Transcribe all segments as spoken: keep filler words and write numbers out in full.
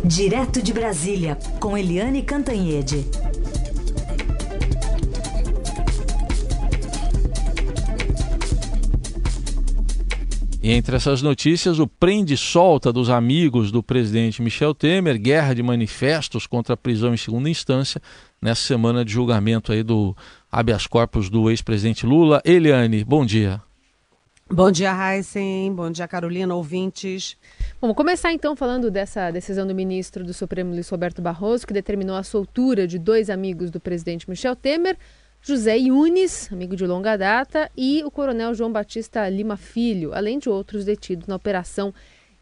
Direto de Brasília, com Eliane Cantanhede. E entre essas notícias, o prende e solta dos amigos do presidente Michel Temer, guerra de manifestos contra a prisão em segunda instância, nessa semana de julgamento aí do habeas corpus do ex-presidente Lula. Eliane, bom dia. Bom dia, Heisen. Bom dia, Carolina, ouvintes. Vamos começar então falando dessa decisão do ministro do Supremo, Luiz Roberto Barroso, que determinou a soltura de dois amigos do presidente Michel Temer, José Yunes, amigo de longa data, e o coronel João Batista Lima Filho, além de outros detidos na Operação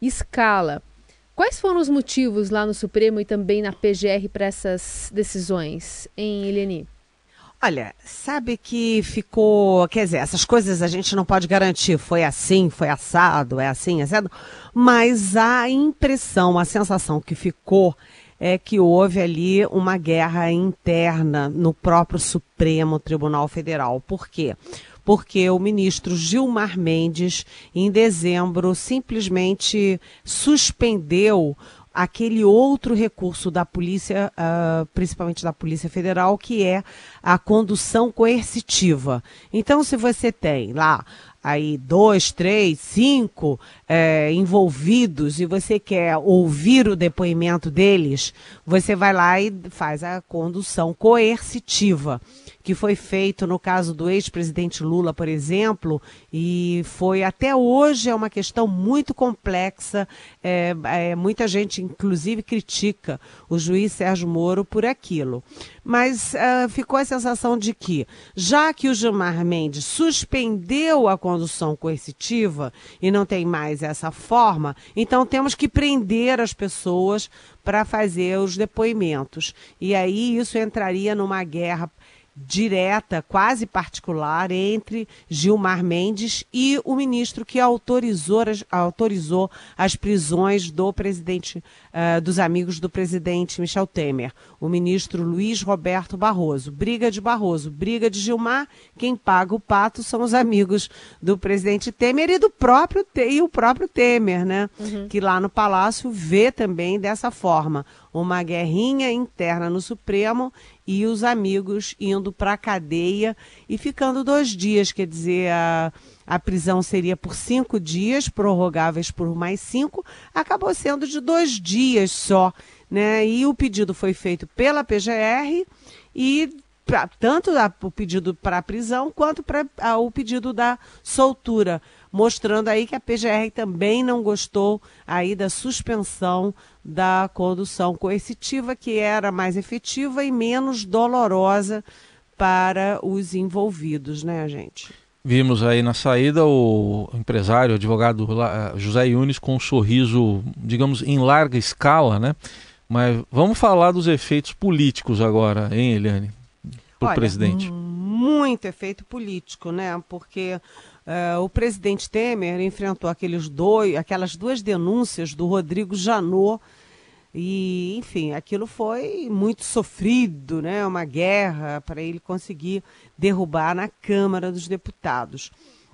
Scala. Quais foram os motivos lá no Supremo e também na P G R para essas decisões, hein, Eliane? Olha, sabe que ficou, quer dizer, essas coisas a gente não pode garantir, foi assim, foi assado, é assim, é assado, mas a impressão, a sensação que ficou é que houve ali uma guerra interna no próprio Supremo Tribunal Federal. Por quê? Porque o ministro Gilmar Mendes, em dezembro, simplesmente suspendeu aquele outro recurso da polícia, uh, principalmente da Polícia Federal, que é a condução coercitiva. Então, se você tem lá aí dois, três, cinco é, envolvidos e você quer ouvir o depoimento deles, você vai lá e faz a condução coercitiva, que foi feito no caso do ex-presidente Lula, por exemplo, e foi até hoje é uma questão muito complexa, é, é, muita gente inclusive critica o juiz Sérgio Moro por aquilo. Mas uh, ficou a sensação de que, já que o Gilmar Mendes suspendeu a condução coercitiva e não tem mais essa forma, então temos que prender as pessoas para fazer os depoimentos. E aí isso entraria numa guerra direta, quase particular, entre Gilmar Mendes e o ministro que autorizou as, autorizou as prisões do presidente, uh, dos amigos do presidente Michel Temer, o ministro Luiz Roberto Barroso. Briga de Barroso, briga de Gilmar, quem paga o pato são os amigos do presidente Temer e do próprio, e o próprio Temer, né? Uhum. Que lá no Palácio vê também dessa forma, uma guerrinha interna no Supremo e os amigos indo para a cadeia e ficando dois dias, quer dizer, a, a prisão seria por cinco dias, prorrogáveis por mais cinco, acabou sendo de dois dias só, né? E o pedido foi feito pela P G R e pra, tanto a, o pedido para a prisão quanto para o pedido da soltura, mostrando aí que a P G R também não gostou aí da suspensão da condução coercitiva, que era mais efetiva e menos dolorosa para os envolvidos, né, gente? Vimos aí na saída o empresário, o advogado José Yunes com um sorriso, digamos, em larga escala, né? Mas vamos falar dos efeitos políticos agora, hein, Eliane? Para o presidente. Muito efeito político, né? Porque uh, o presidente Temer enfrentou aqueles dois, aquelas duas denúncias do Rodrigo Janot e, enfim, aquilo foi muito sofrido, né? Uma guerra para ele conseguir derrubar na Câmara dos Deputados.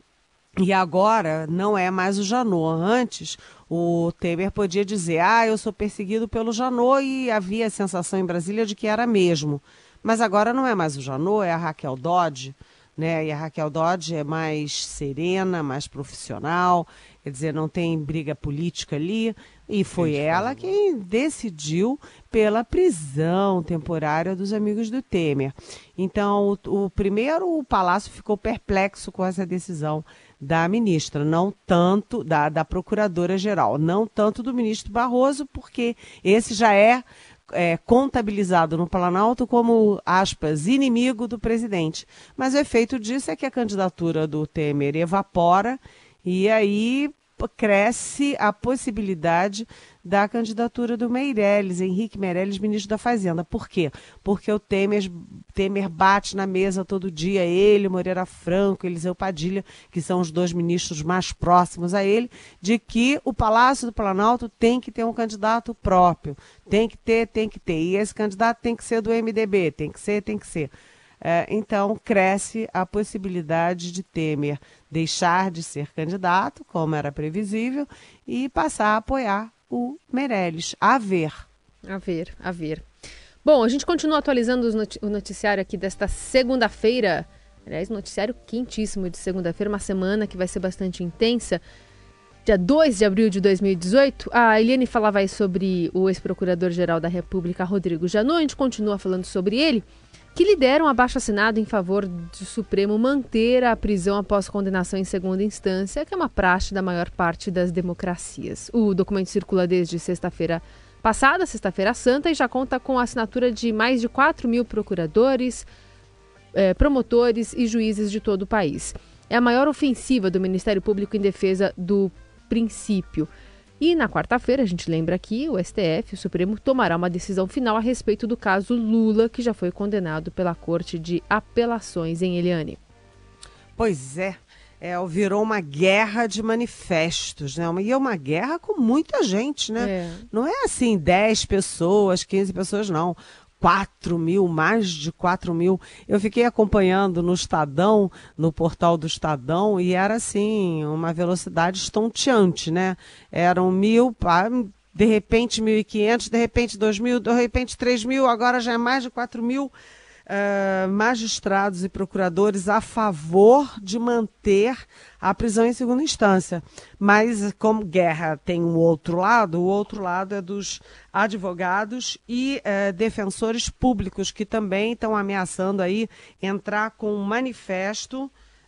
E agora não é mais o Janot. Antes, o Temer podia dizer, ah, eu sou perseguido pelo Janot, e havia a sensação em Brasília de que era mesmo. Mas agora não é mais o Janot, é a Raquel Dodge, né? E a Raquel Dodge é mais serena, mais profissional, quer dizer, não tem briga política ali, e foi ela quem decidiu pela prisão temporária dos amigos do Temer. Então, o, o primeiro, o Palácio ficou perplexo com essa decisão da ministra, não tanto, da, da procuradora-geral, não tanto do ministro Barroso, porque esse já é É, contabilizado no Planalto como, aspas, inimigo do presidente. Mas o efeito disso é que a candidatura do Temer evapora e aí cresce a possibilidade da candidatura do Meirelles, Henrique Meirelles, ministro da Fazenda. Por quê? Porque o Temer, Temer bate na mesa todo dia, ele, Moreira Franco, Eliseu Padilha, que são os dois ministros mais próximos a ele, de que o Palácio do Planalto tem que ter um candidato próprio, tem que ter, tem que ter, e esse candidato tem que ser do M D B, tem que ser, tem que ser. É, então, cresce a possibilidade de Temer deixar de ser candidato, como era previsível, e passar a apoiar o Meirelles. A ver. A ver, a ver. Bom, a gente continua atualizando os noti- o noticiário aqui desta segunda-feira. Aliás, noticiário quentíssimo de segunda-feira, uma semana que vai ser bastante intensa. Dia dois de abril de dois mil e dezoito, a Eliane falava aí sobre o ex-procurador-geral da República, Rodrigo Janot. A gente continua falando sobre ele, que lidera um abaixo-assinado em favor do Supremo manter a prisão após condenação em segunda instância, que é uma praxe da maior parte das democracias. O documento circula desde sexta-feira passada, sexta-feira santa, e já conta com a assinatura de mais de quatro mil procuradores, eh, promotores e juízes de todo o país. É a maior ofensiva do Ministério Público em defesa do princípio. E na quarta-feira, a gente lembra aqui, o S T F, o Supremo, tomará uma decisão final a respeito do caso Lula, que já foi condenado pela Corte de Apelações em Eliane. Pois é, é, virou uma guerra de manifestos, né? E é uma guerra com muita gente, né? É. Não é assim dez pessoas, quinze pessoas, não. quatro mil, mais de quatro mil. Eu fiquei acompanhando no Estadão, no portal do Estadão, e era assim, uma velocidade estonteante, né? Eram mil, de repente mil e quinhentos, de repente dois mil, de repente três mil, agora já é mais de quatro mil uh, magistrados e procuradores a favor de manter a prisão em segunda instância. Mas como guerra tem um outro lado, o outro lado é dos advogados e eh, defensores públicos que também estão ameaçando aí entrar com um manifesto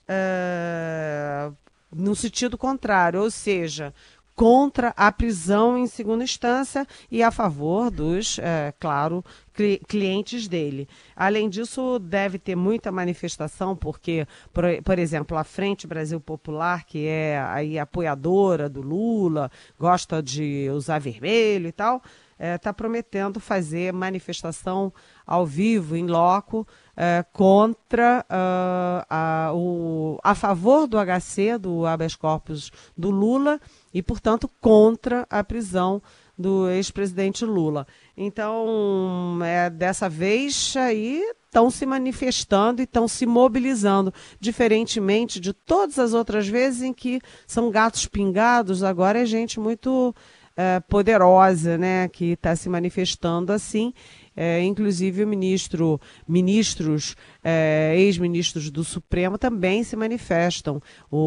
eh, no sentido contrário, ou seja, contra a prisão em segunda instância e a favor dos, é, claro, cli- clientes dele. Além disso, deve ter muita manifestação, porque, por, por exemplo, a Frente Brasil Popular, que é aí apoiadora do Lula, gosta de usar vermelho e tal, está prometendo fazer manifestação ao vivo, em loco, é, contra, uh, a, o, a favor do H C, do habeas corpus do Lula, e, portanto, contra a prisão do ex-presidente Lula. Então, é, dessa vez, aí estão se manifestando e estão se mobilizando, diferentemente de todas as outras vezes em que são gatos pingados, agora é gente muito é, poderosa, né, que está se manifestando assim. É, inclusive o ministro, ministros, é, ex-ministros do Supremo também se manifestam.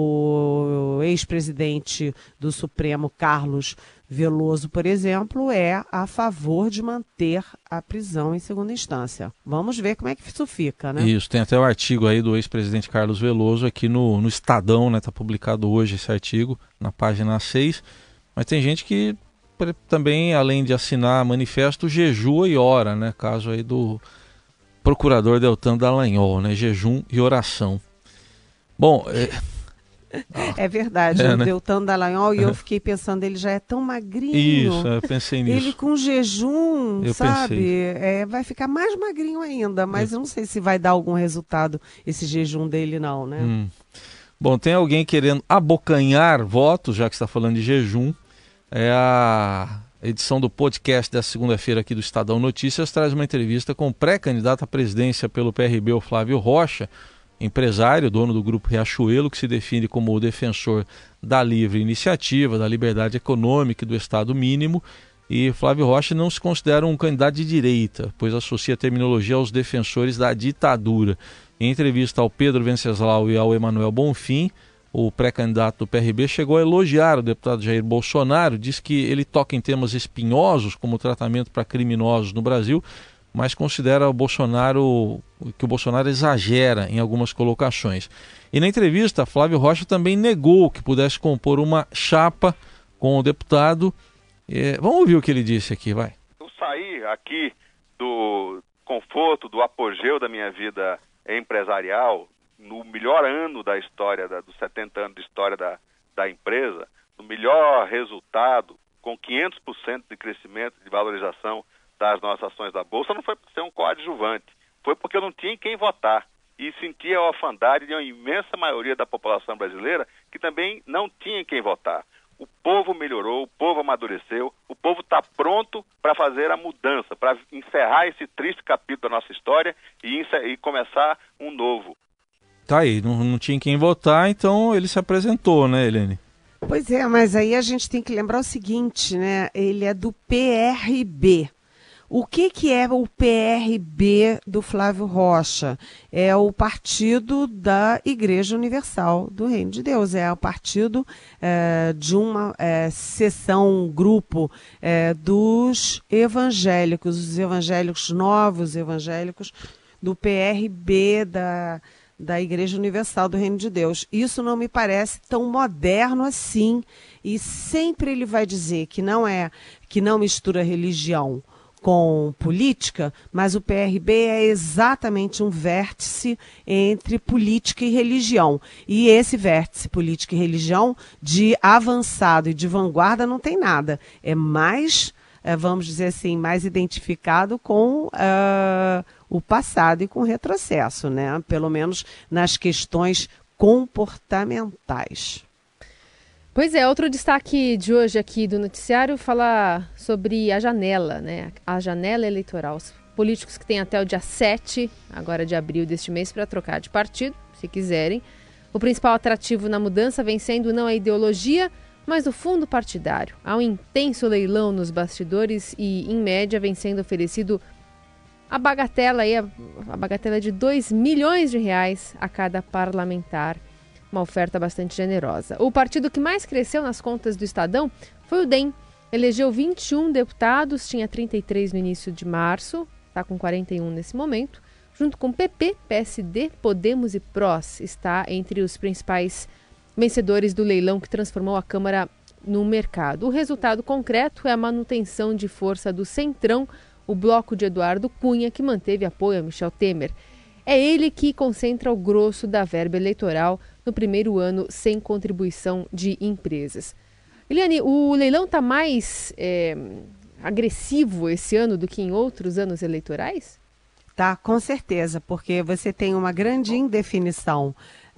O ex-presidente do Supremo, Carlos Veloso, por exemplo, é a favor de manter a prisão em segunda instância. Vamos ver como é que isso fica, né? Isso, tem até o artigo aí do ex-presidente Carlos Veloso aqui no, no Estadão, né? Está publicado hoje esse artigo, na página seis. Mas tem gente que também, além de assinar manifesto, jejua e ora, né? Caso aí do procurador Deltan Dallagnol, né? Jejum e oração. Bom, é, é verdade, é, o né? Deltan Dallagnol, e eu fiquei pensando, ele já é tão magrinho. Isso, eu pensei nisso. Ele com jejum, eu sabe, é, vai ficar mais magrinho ainda, mas eu não sei se vai dar algum resultado esse jejum dele não, né? Hum. Bom, tem alguém querendo abocanhar votos, já que está falando de jejum. É a edição do podcast da segunda-feira aqui do Estadão Notícias, traz uma entrevista com o pré-candidato à presidência pelo P R B, o Flávio Rocha, empresário, dono do Grupo Riachuelo, que se define como o defensor da livre iniciativa, da liberdade econômica e do Estado mínimo. E Flávio Rocha não se considera um candidato de direita, pois associa a terminologia aos defensores da ditadura. Em entrevista ao Pedro Venceslau e ao Emanuel Bonfim, o pré-candidato do P R B chegou a elogiar o deputado Jair Bolsonaro, diz que ele toca em temas espinhosos, como o tratamento para criminosos no Brasil, mas considera o Bolsonaro, que o Bolsonaro exagera em algumas colocações. E na entrevista, Flávio Rocha também negou que pudesse compor uma chapa com o deputado. É, vamos ouvir o que ele disse aqui, vai. Eu saí aqui do conforto, do apogeu da minha vida empresarial, no melhor ano da história, da, dos setenta anos de história da, da empresa, no melhor resultado, com quinhentos por cento de crescimento, de valorização das nossas ações da Bolsa, não foi por ser um coadjuvante, foi porque eu não tinha em quem votar. E sentia a orfandade de uma imensa maioria da população brasileira que também não tinha em quem votar. O povo melhorou, o povo amadureceu, o povo está pronto para fazer a mudança, para encerrar esse triste capítulo da nossa história e, e começar um novo. Tá aí, não, não tinha quem votar, então ele se apresentou, né, Helene? Pois é, mas aí a gente tem que lembrar o seguinte, né? Ele é do P R B. O que, que é o P R B do Flávio Rocha? É o partido da Igreja Universal do Reino de Deus, é o partido é, de uma é, seção, um grupo é, dos evangélicos, os evangélicos novos, evangélicos do P R B da, da Igreja Universal do Reino de Deus. Isso não me parece tão moderno assim, e sempre ele vai dizer que não é, que não mistura religião com política, mas o P R B é exatamente um vértice entre política e religião. E esse vértice política e religião de avançado e de vanguarda não tem nada. É mais, é, vamos dizer assim, mais identificado com uh, o passado e com o retrocesso, né? Pelo menos nas questões comportamentais. Pois é, outro destaque de hoje aqui do noticiário fala sobre a janela, né? A janela eleitoral. Os políticos que têm até o dia sete, agora de abril deste mês, para trocar de partido, se quiserem. O principal atrativo na mudança vem sendo não a ideologia, mas o fundo partidário. Há um intenso leilão nos bastidores e, em média, vem sendo oferecido a bagatela, aí, a, a bagatela de dois milhões de reais a cada parlamentar. Uma oferta bastante generosa. O partido que mais cresceu nas contas do Estadão foi o D E M. Elegeu vinte e um deputados, tinha trinta e três no início de março, está com quarenta e um nesse momento. Junto com P P, P S D, Podemos e P R O S, está entre os principais vencedores do leilão que transformou a Câmara no mercado. O resultado concreto é a manutenção de força do Centrão, o bloco de Eduardo Cunha, que manteve apoio a Michel Temer. É ele que concentra o grosso da verba eleitoral no primeiro ano sem contribuição de empresas. Eliane, o leilão está mais é, agressivo esse ano do que em outros anos eleitorais? Tá, com certeza, porque você tem uma grande indefinição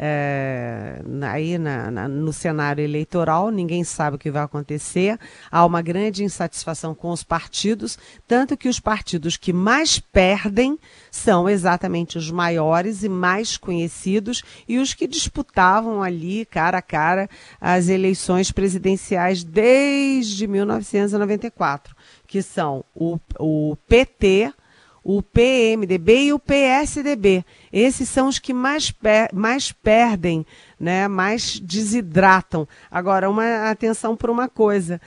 é, aí na, na, no cenário eleitoral, ninguém sabe o que vai acontecer, há uma grande insatisfação com os partidos, tanto que os partidos que mais perdem são exatamente os maiores e mais conhecidos e os que disputavam ali, cara a cara, as eleições presidenciais desde mil novecentos e noventa e quatro, que são o, o P T, o P M D B e o P S D B. Esses são os que mais, per mais perdem, né, mais desidratam. Agora, uma atenção por uma coisa,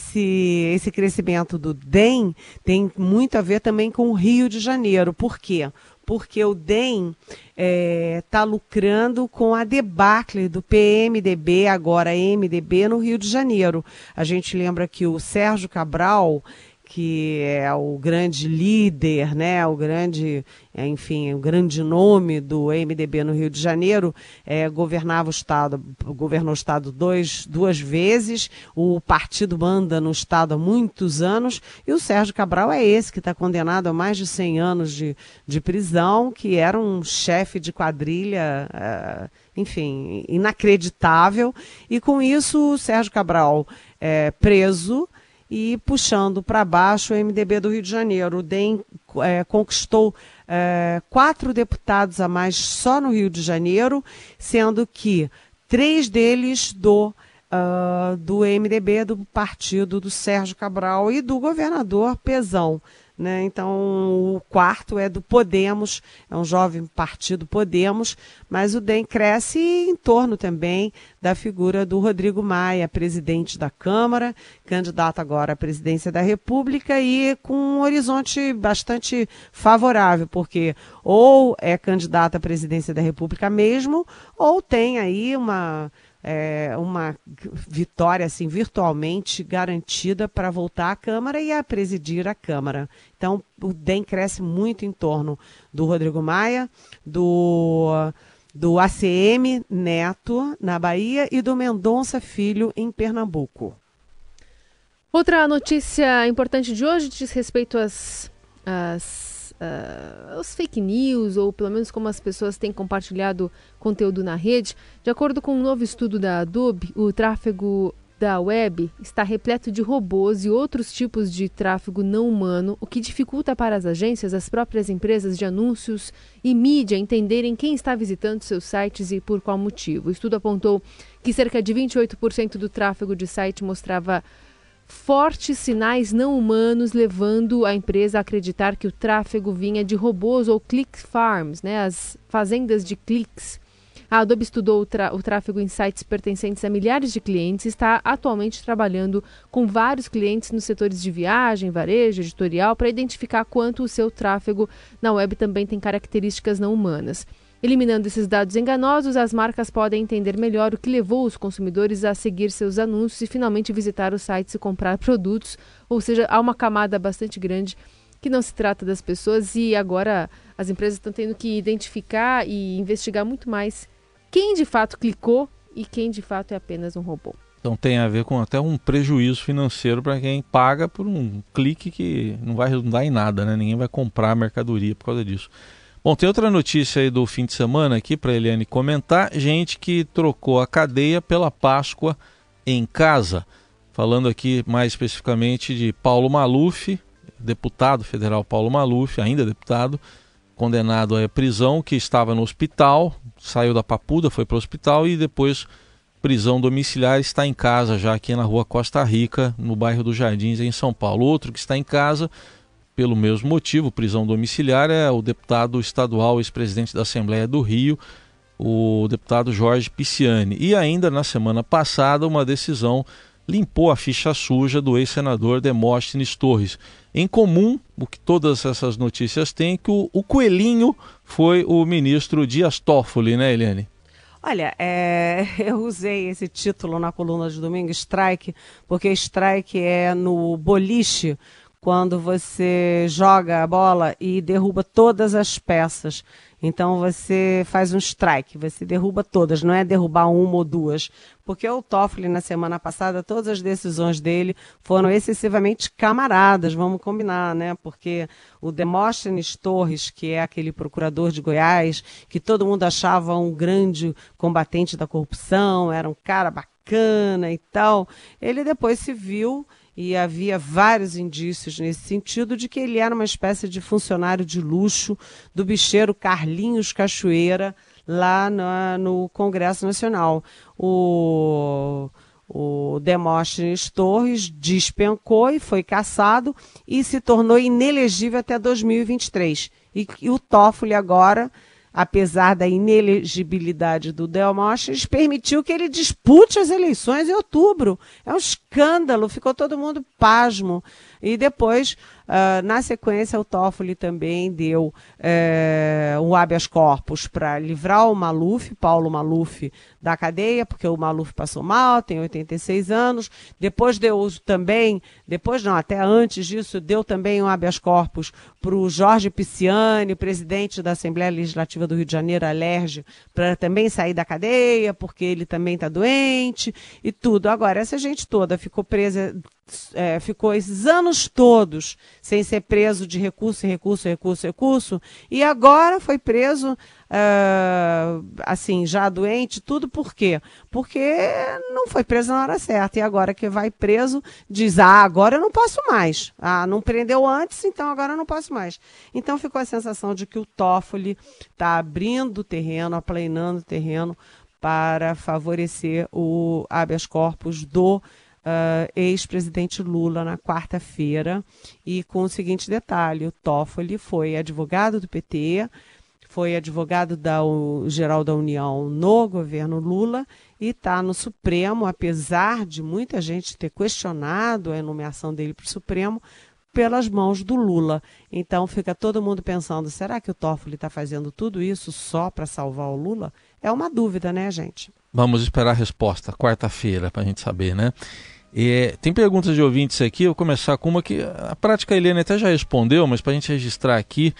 esse, esse crescimento do D E M tem muito a ver também com o Rio de Janeiro. Por quê? Porque o D E M está é, lucrando com a debacle do P M D B, agora M D B, no Rio de Janeiro. A gente lembra que o Sérgio Cabral, que é o grande líder, né, o grande, enfim, o grande nome do M D B no Rio de Janeiro, é, governava o Estado, governou o Estado dois, duas vezes, o partido manda no Estado há muitos anos, e o Sérgio Cabral é esse que está condenado a mais de cem anos de, de prisão, que era um chefe de quadrilha, uh, enfim, inacreditável, e com isso o Sérgio Cabral é preso, e puxando para baixo o M D B do Rio de Janeiro. O D E M é, conquistou é, quatro deputados a mais só no Rio de Janeiro, sendo que três deles do, uh, do M D B, do partido do Sérgio Cabral e do governador Pezão. Né? Então, o quarto é do Podemos, é um jovem partido Podemos, mas o D E M cresce em torno também da figura do Rodrigo Maia, presidente da Câmara, candidato agora à presidência da República e com um horizonte bastante favorável, porque ou é candidato à presidência da República mesmo, ou tem aí uma... É, uma vitória assim, virtualmente garantida para voltar à Câmara e a presidir a Câmara. Então, o D E M cresce muito em torno do Rodrigo Maia, do, do A C M Neto, na Bahia, e do Mendonça Filho, em Pernambuco. Outra notícia importante de hoje diz respeito às... às Uh, os fake news, ou pelo menos como as pessoas têm compartilhado conteúdo na rede. De acordo com um novo estudo da Adobe, o tráfego da web está repleto de robôs e outros tipos de tráfego não humano, o que dificulta para as agências, as próprias empresas de anúncios e mídia entenderem quem está visitando seus sites e por qual motivo. O estudo apontou que cerca de vinte e oito por cento do tráfego de site mostrava fortes sinais não humanos, levando a empresa a acreditar que o tráfego vinha de robôs ou click farms, né, as fazendas de cliques. A Adobe estudou o, o tráfego em sites pertencentes a milhares de clientes e está atualmente trabalhando com vários clientes nos setores de viagem, varejo, editorial, para identificar quanto o seu tráfego na web também tem características não humanas. Eliminando esses dados enganosos, as marcas podem entender melhor o que levou os consumidores a seguir seus anúncios e finalmente visitar os sites e comprar produtos. Ou seja, há uma camada bastante grande que não se trata das pessoas e agora as empresas estão tendo que identificar e investigar muito mais quem de fato clicou e quem de fato é apenas um robô. Então tem a ver com até um prejuízo financeiro para quem paga por um clique que não vai redundar em nada, né? Ninguém vai comprar mercadoria por causa disso. Bom, tem outra notícia aí do fim de semana aqui para a Eliane comentar. Gente que trocou a cadeia pela Páscoa em casa. Falando aqui mais especificamente de Paulo Maluf, deputado federal Paulo Maluf, ainda deputado, condenado à prisão, que estava no hospital, saiu da Papuda, foi para o hospital e depois prisão domiciliar, está em casa já aqui na rua Costa Rica, no bairro dos Jardins, em São Paulo. Outro que está em casa, pelo mesmo motivo, prisão domiciliar, é o deputado estadual, ex-presidente da Assembleia do Rio, o deputado Jorge Pisciani. E ainda na semana passada, uma decisão limpou a ficha suja do ex-senador Demóstenes Torres. Em comum, o que todas essas notícias têm, é que o, o coelhinho foi o ministro Dias Toffoli, né, Eliane? Olha, é, eu usei esse título na coluna de domingo, strike, porque strike é no boliche, quando você joga a bola e derruba todas as peças. Então você faz um strike, você derruba todas, não é derrubar uma ou duas. Porque o Toffoli, na semana passada, todas as decisões dele foram excessivamente camaradas, vamos combinar, né? Porque o Demóstenes Torres, que é aquele procurador de Goiás, que todo mundo achava um grande combatente da corrupção, era um cara bacana e tal, ele depois se viu, e havia vários indícios nesse sentido, de que ele era uma espécie de funcionário de luxo do bicheiro Carlinhos Cachoeira, lá na, no Congresso Nacional. O, o Demóstenes Torres despencou e foi cassado e se tornou inelegível até dois mil e vinte e três. E, e o Toffoli agora, apesar da inelegibilidade do Demóstenes, permitiu que ele dispute as eleições em outubro. É um escândalo, ficou todo mundo pasmo. E depois, uh, na sequência, o Toffoli também deu uh, um habeas corpus para livrar o Maluf, Paulo Maluf, da cadeia, porque o Maluf passou mal, tem oitenta e seis anos. Depois deu também, depois não, até antes disso, deu também um habeas corpus para o Jorge Pisciani, presidente da Assembleia Legislativa do Rio de Janeiro, Alerj, para também sair da cadeia, porque ele também está doente e tudo. Agora, essa gente toda ficou presa... É, ficou esses anos todos sem ser preso de recurso, recurso, recurso, recurso, e agora foi preso, uh, assim, já doente, tudo por quê? Porque não foi preso na hora certa, e agora que vai preso, diz, ah, agora eu não posso mais, ah, não prendeu antes, então agora eu não posso mais. Então ficou a sensação de que o Toffoli está abrindo o terreno, aplanando o terreno para favorecer o habeas corpus do Uh, ex-presidente Lula na quarta-feira, e com o seguinte detalhe: o Toffoli foi advogado do P T, foi advogado da o, geral da União no governo Lula e está no Supremo, apesar de muita gente ter questionado a nomeação dele para o Supremo, pelas mãos do Lula. Então fica todo mundo pensando, será que o Toffoli está fazendo tudo isso só para salvar o Lula? É uma dúvida, né, gente? Vamos esperar a resposta, quarta-feira, para a gente saber, né? E, tem perguntas de ouvintes aqui, eu vou começar com uma que a prática a Eliane até já respondeu, mas para a gente registrar aqui,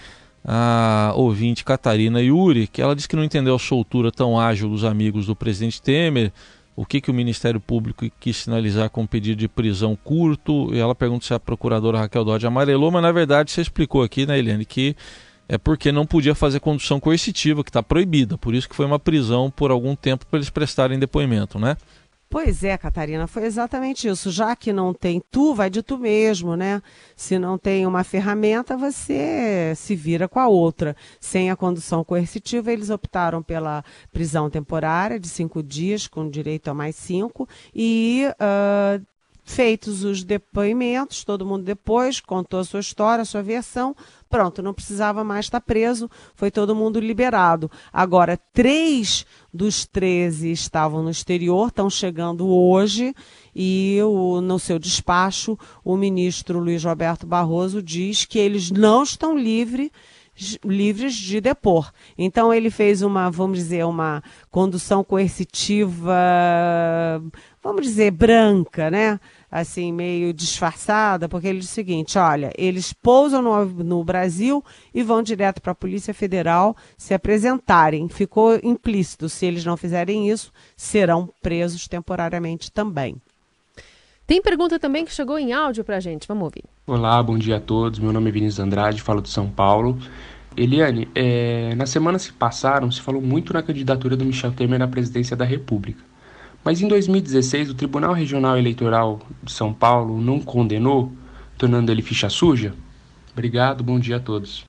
a ouvinte Catarina Yuri, que ela disse que não entendeu a soltura tão ágil dos amigos do presidente Temer, o que, que o Ministério Público quis sinalizar com um pedido de prisão curto, e ela pergunta se a procuradora Raquel Dodge amarelou, mas na verdade você explicou aqui, né, Eliane, que é porque não podia fazer condução coercitiva, que está proibida, por isso que foi uma prisão por algum tempo para eles prestarem depoimento, né? Pois é, Catarina, foi exatamente isso. Já que não tem tu, vai de tu mesmo, né? Se não tem uma ferramenta, você se vira com a outra. Sem a condução coercitiva, eles optaram pela prisão temporária de cinco dias, com direito a mais cinco, e uh, feitos os depoimentos, todo mundo depois contou a sua história, a sua versão, pronto, não precisava mais estar preso, foi todo mundo liberado. Agora, três dos treze estavam no exterior, estão chegando hoje, e o, no seu despacho, o ministro Luiz Roberto Barroso diz que eles não estão livres, livres de depor. Então ele fez uma, vamos dizer, uma condução coercitiva, vamos dizer, branca, né? Assim, meio disfarçada, porque ele disse o seguinte, olha, eles pousam no, no Brasil e vão direto para a Polícia Federal se apresentarem. Ficou implícito, se eles não fizerem isso, serão presos temporariamente também. Tem pergunta também que chegou em áudio para a gente, vamos ouvir. Olá, bom dia a todos, meu nome é Vinícius Andrade, falo de São Paulo. Eliane, é, nas semanas que passaram, se falou muito na candidatura do Michel Temer à presidência da República. Mas em dois mil e dezesseis, o Tribunal Regional Eleitoral de São Paulo não condenou, tornando ele ficha suja? Obrigado, bom dia a todos.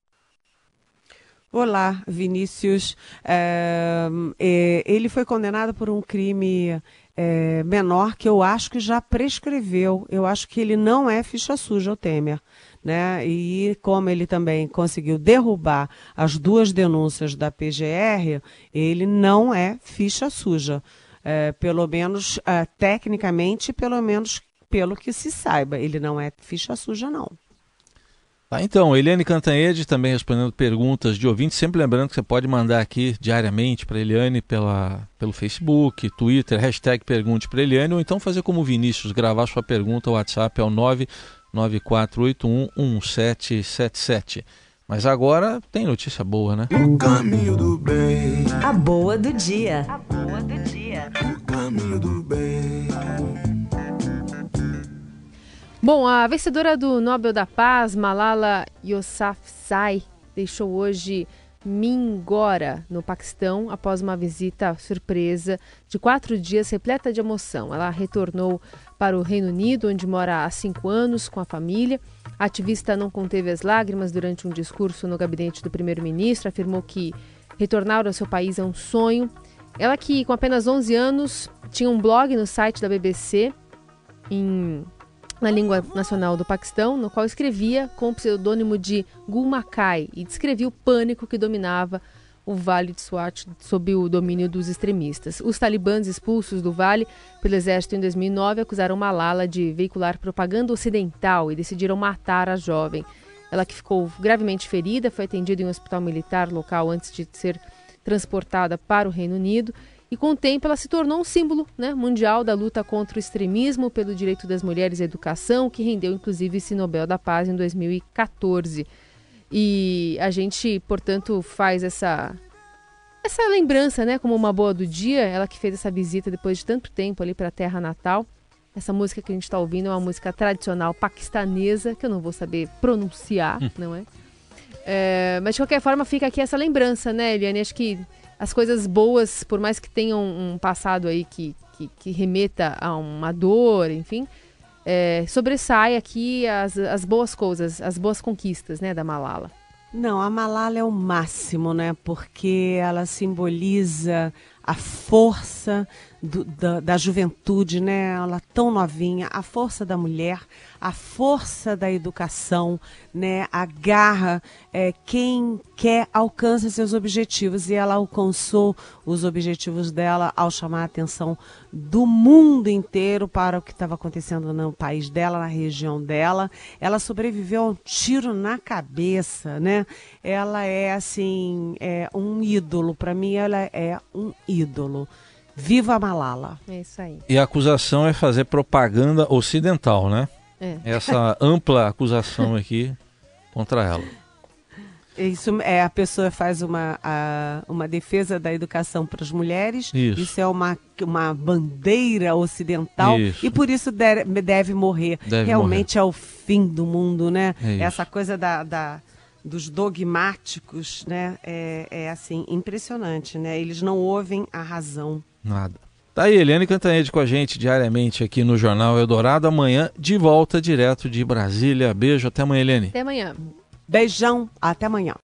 Olá, Vinícius. É, é, ele foi condenado por um crime é, menor que eu acho que já prescreveu. Eu acho que ele não é ficha suja, o Temer. Né? E como ele também conseguiu derrubar as duas denúncias da P G R, ele não é ficha suja. É, pelo menos é, tecnicamente, pelo menos pelo que se saiba, ele não é ficha suja, não. Tá, então, Eliane Cantanhede também respondendo perguntas de ouvintes, sempre lembrando que você pode mandar aqui diariamente para a Eliane pela, pelo Facebook, Twitter, hashtag Pergunte para Eliane, ou então fazer como o Vinícius, gravar sua pergunta, o WhatsApp é o nove nove quatro oito um um sete sete sete. Mas agora tem notícia boa, né? O caminho do bem. A boa do dia. A boa do dia. O caminho do bem. Bom, a vencedora do Nobel da Paz, Malala Yousafzai, deixou hoje Mingora, no Paquistão, após uma visita surpresa de quatro dias repleta de emoção. Ela retornou para o Reino Unido, onde mora há cinco anos, com a família. A ativista não conteve as lágrimas durante um discurso no gabinete do primeiro-ministro, afirmou que retornar ao seu país é um sonho. Ela que, com apenas onze anos, tinha um blog no site da B B C, em... na língua nacional do Paquistão, no qual escrevia com o pseudônimo de Gul Makai e descrevia o pânico que dominava o Vale de Swat sob o domínio dos extremistas. Os talibãs expulsos do Vale pelo exército em dois mil e nove acusaram Malala de veicular propaganda ocidental e decidiram matar a jovem. Ela, que ficou gravemente ferida, foi atendida em um hospital militar local antes de ser transportada para o Reino Unido. E com o tempo ela se tornou um símbolo, né, mundial da luta contra o extremismo, pelo direito das mulheres à educação, que rendeu inclusive esse Nobel da Paz em dois mil e quatorze. E a gente, portanto, faz essa, essa lembrança, né, como uma boa do dia, ela que fez essa visita depois de tanto tempo ali para a terra natal. Essa música que a gente está ouvindo é uma música tradicional paquistanesa, que eu não vou saber pronunciar, hum. não é? é? Mas de qualquer forma fica aqui essa lembrança, né, Eliane? Acho que as coisas boas, por mais que tenham um passado aí que, que, que remeta a uma dor, enfim, é, sobressai aqui as, as boas coisas, as boas conquistas, né, da Malala. Não, a Malala é o máximo, né, porque ela simboliza a força do, da, da juventude, né, ela tão novinha, a força da mulher, a força da educação, né, a garra, é, quem quer alcança seus objetivos, e ela alcançou os objetivos dela ao chamar a atenção do mundo inteiro para o que estava acontecendo no país dela, na região dela. Ela sobreviveu a um tiro na cabeça, né, ela é assim, é um ídolo, para mim ela é um ídolo. Viva a Malala. É isso aí. E a acusação é fazer propaganda ocidental, né? É. Essa ampla acusação aqui contra ela. Isso é, a pessoa faz uma, a, uma defesa da educação para as mulheres. Isso, isso é uma, uma bandeira ocidental. Isso. E por isso deve, deve morrer. Deve Realmente morrer. É o fim do mundo, né? É Essa coisa da... da dos dogmáticos, né, é, é assim, impressionante, né, eles não ouvem a razão. Nada. Tá aí, Eliane Cantanhede com a gente diariamente aqui no Jornal Eldorado, amanhã de volta direto de Brasília. Beijo, até amanhã, Eliane. Até amanhã. Beijão, até amanhã.